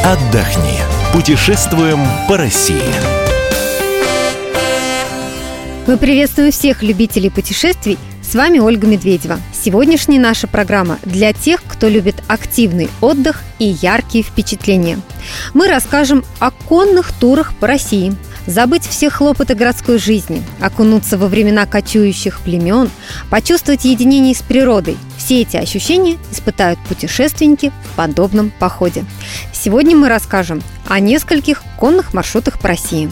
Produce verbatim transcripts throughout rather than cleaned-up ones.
отдохни. Путешествуем по России. Мы приветствуем всех любителей путешествий. С вами Ольга Медведева. Сегодняшняя наша программа для тех, кто любит активный отдых и яркие впечатления. Мы расскажем о конных турах по России. Забыть все хлопоты городской жизни, окунуться во времена кочующих племен, почувствовать единение с природой. Все эти ощущения испытают путешественники в подобном походе. Сегодня мы расскажем о нескольких конных маршрутах по России.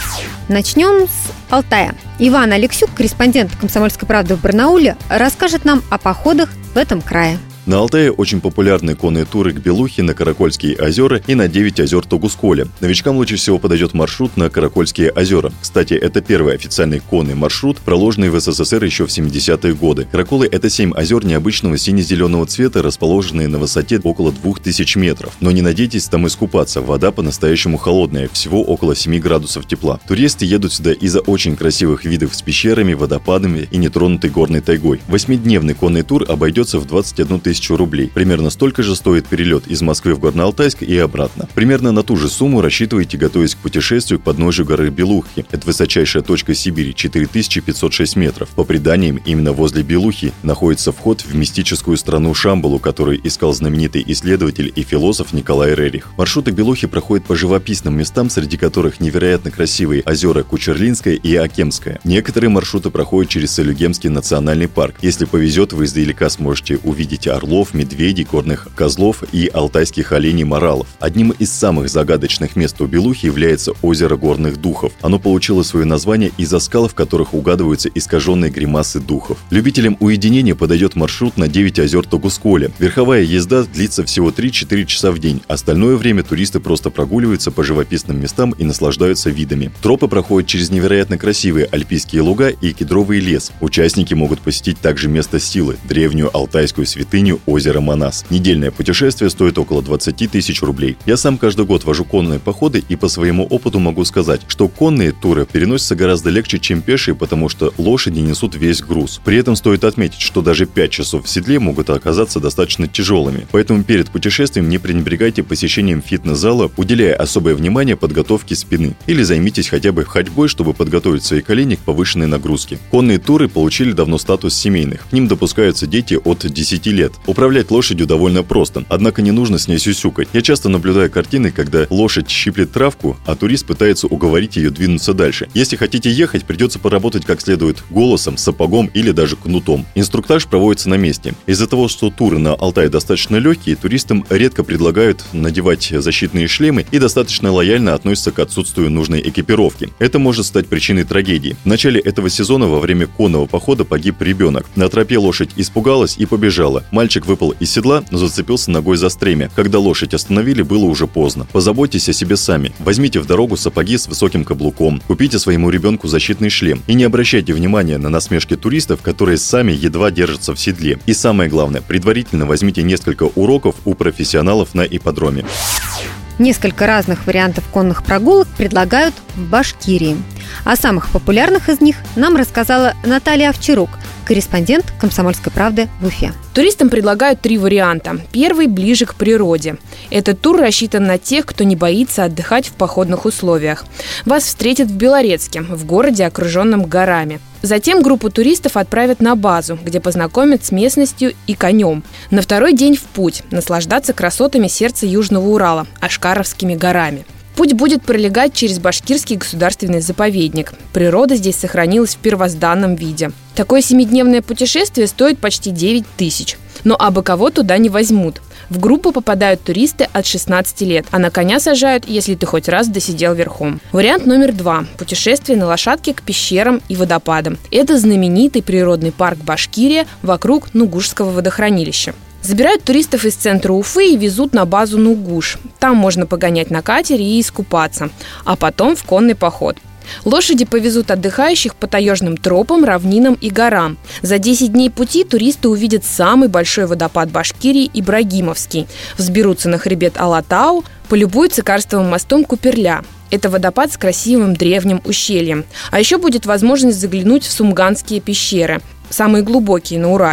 Начнем с Алтая. Иван Алексюк, корреспондент «Комсомольской правды» в Барнауле, расскажет нам о походах в этом крае. На Алтае очень популярны конные туры к Белухе, на Каракольские озера и на девять озер Тугусколя. Новичкам лучше всего подойдет маршрут на Каракольские озера. Кстати, это первый официальный конный маршрут, проложенный в СССР еще в семидесятые годы. Караколы – это семь озер необычного сине-зеленого цвета, расположенные на высоте около двух тысяч метров. Но не надейтесь там искупаться, вода по-настоящему холодная, всего около семи градусов тепла. Туристы едут сюда из-за очень красивых видов с пещерами, водопадами и нетронутой горной тайгой. Восьмидневный конный тур обойдется в двадцать одну тысячу рублей. Примерно столько же стоит перелет из Москвы в Горно-Алтайск и обратно. Примерно на ту же сумму рассчитывайте, готовясь к путешествию к подножию горы Белухи. Это высочайшая точка Сибири, четыре тысячи пятьсот шесть метров. По преданиям, именно возле Белухи находится вход в мистическую страну Шамбалу, который искал знаменитый исследователь и философ Николай Рерих. Маршруты Белухи проходят по живописным местам, среди которых невероятно красивые озера Кучерлинское и Акемское. Некоторые маршруты проходят через Солюгемский национальный парк. Если повезет, вы издалека сможете увидеть орлов, медведей, горных козлов и алтайских оленей-моралов. Одним из самых загадочных мест у Белухи является озеро горных духов. Оно получило свое название из-за скал, в которых угадываются искаженные гримасы духов. Любителям уединения подойдет маршрут на девять озер Тугусколя. Верховая езда длится всего три-четыре часа в день. Остальное время туристы просто прогуливаются по живописным местам и наслаждаются видами. Тропы проходят через невероятно красивые альпийские луга и кедровый лес. Участники могут посетить также место силы – древнюю алтайскую святыню озеро Манас. Недельное путешествие стоит около двадцать тысяч рублей. Я сам каждый год вожу конные походы и по своему опыту могу сказать, что конные туры переносятся гораздо легче, чем пешие, потому что лошади несут весь груз. При этом стоит отметить, что даже пять часов в седле могут оказаться достаточно тяжелыми. Поэтому перед путешествием не пренебрегайте посещением фитнес-зала, уделяя особое внимание подготовке спины. Или займитесь хотя бы ходьбой, чтобы подготовить свои колени к повышенной нагрузке. Конные туры получили давно статус семейных. К ним допускаются дети от десяти лет. Управлять лошадью довольно просто, однако не нужно с ней сюсюкать. Я часто наблюдаю картины, когда лошадь щиплет травку, а турист пытается уговорить ее двинуться дальше. Если хотите ехать, придется поработать как следует голосом, сапогом или даже кнутом. Инструктаж проводится на месте. Из-за того, что туры на Алтае достаточно легкие, туристам редко предлагают надевать защитные шлемы и достаточно лояльно относятся к отсутствию нужной экипировки. Это может стать причиной трагедии. В начале этого сезона во время конного похода погиб ребенок. На тропе лошадь испугалась и побежала. Мальчик выпал из седла, но зацепился ногой за стремя. Когда лошадь остановили, было уже поздно. Позаботьтесь о себе сами. Возьмите в дорогу сапоги с высоким каблуком. Купите своему ребенку защитный шлем. И не обращайте внимания на насмешки туристов, которые сами едва держатся в седле. И самое главное, предварительно возьмите несколько уроков у профессионалов на ипподроме. Несколько разных вариантов конных прогулок предлагают в Башкирии. О самых популярных из них нам рассказала Наталья Овчарук, корреспондент «Комсомольской правды» в Уфе. Туристам предлагают три варианта. Первый ближе к природе. Этот тур рассчитан на тех, кто не боится отдыхать в походных условиях. Вас встретят в Белорецке, в городе, окруженном горами. Затем группу туристов отправят на базу, где познакомят с местностью и конем. На второй день в путь – наслаждаться красотами сердца Южного Урала – Ашкаровскими горами. Путь будет пролегать через Башкирский государственный заповедник. Природа здесь сохранилась в первозданном виде. Такое семидневное путешествие стоит почти девять тысяч. Но абы кого туда не возьмут. В группу попадают туристы от шестнадцати лет, а на коня сажают, если ты хоть раз досидел верхом. Вариант номер два – путешествие на лошадке к пещерам и водопадам. Это знаменитый природный парк Башкирия вокруг Нугушского водохранилища. Забирают туристов из центра Уфы и везут на базу Нугуш. Там можно погонять на катере и искупаться, а потом в конный поход. Лошади повезут отдыхающих по таежным тропам, равнинам и горам. За десять дней пути туристы увидят самый большой водопад Башкирии – Ибрагимовский, взберутся на хребет Алатау, полюбуются карстовым мостом Куперля. Это водопад с красивым древним ущельем. А еще будет возможность заглянуть в Сумганские пещеры, самые глубокие на Урале.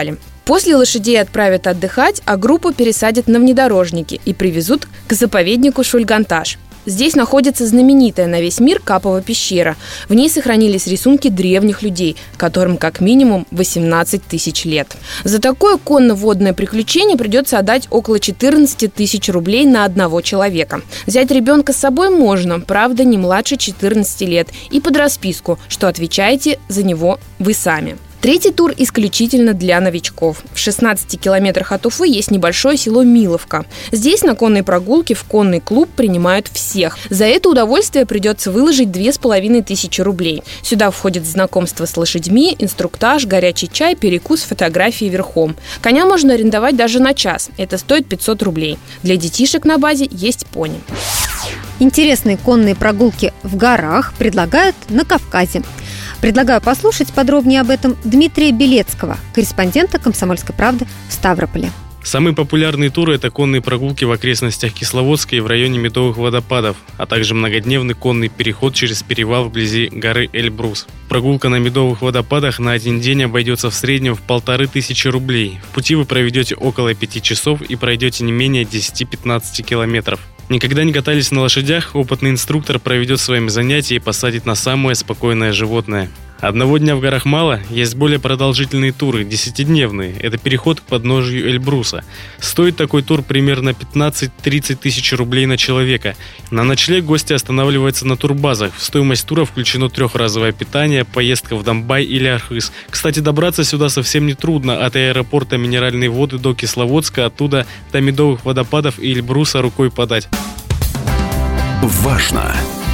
После лошадей отправят отдыхать, а группу пересадят на внедорожники и привезут к заповеднику Шульганташ. Здесь находится знаменитая на весь мир Капова пещера. В ней сохранились рисунки древних людей, которым как минимум восемнадцать тысяч лет. За такое конно-водное приключение придется отдать около четырнадцать тысяч рублей на одного человека. Взять ребенка с собой можно, правда, не младше четырнадцати лет, и под расписку, что отвечаете за него вы сами. Третий тур исключительно для новичков. В шестнадцати километрах от Уфы есть небольшое село Миловка. Здесь на конной прогулке в конный клуб принимают всех. За это удовольствие придется выложить две с половиной тысячи рублей. Сюда входит знакомство с лошадьми, инструктаж, горячий чай, перекус, фотографии верхом. Коня можно арендовать даже на час. Это стоит пятьсот рублей. Для детишек на базе есть пони. Интересные конные прогулки в горах предлагают на Кавказе. Предлагаю послушать подробнее об этом Дмитрия Белецкого, корреспондента «Комсомольской правды» в Ставрополе. Самые популярные туры – это конные прогулки в окрестностях Кисловодска и в районе Медовых водопадов, а также многодневный конный переход через перевал вблизи горы Эльбрус. Прогулка на Медовых водопадах на один день обойдется в среднем в полторы тысячи рублей. В пути вы проведете около пяти часов и пройдете не менее десяти-пятнадцати километров. Никогда не катались на лошадях, опытный инструктор проведет с вами занятия и посадит на самое спокойное животное. Одного дня в горах мало, есть более продолжительные туры, десятидневные. Это переход к подножию Эльбруса. Стоит такой тур примерно пятнадцать-тридцать тысяч рублей на человека. На ночлег гости останавливаются на турбазах. В стоимость тура включено трехразовое питание, поездка в Домбай или Архыз. Кстати, добраться сюда совсем не трудно. От аэропорта Минеральные воды до Кисловодска, оттуда до Медовых водопадов и Эльбруса рукой подать. Важно!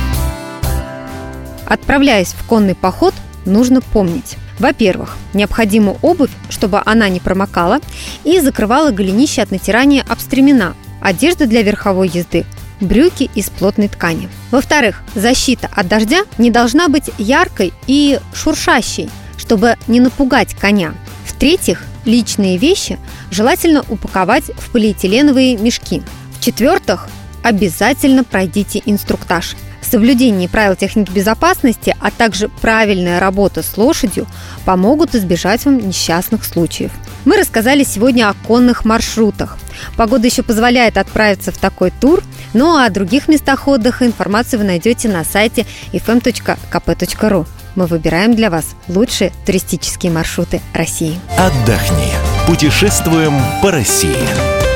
Отправляясь в конный поход, нужно помнить. Во-первых, необходима обувь, чтобы она не промокала и закрывала голенище от натирания об стремена, одежда для верховой езды, брюки из плотной ткани. Во-вторых, защита от дождя не должна быть яркой и шуршащей, чтобы не напугать коня. В-третьих, личные вещи желательно упаковать в полиэтиленовые мешки. В-четвертых, обязательно пройдите инструктаж. Соблюдение правил техники безопасности, а также правильная работа с лошадью помогут избежать вам несчастных случаев. Мы рассказали сегодня о конных маршрутах. Погода еще позволяет отправиться в такой тур, ну а о других местах отдыха информацию вы найдете на сайте эф эм точка ка пэ точка ру. Мы выбираем для вас лучшие туристические маршруты России. Отдохни. Путешествуем по России.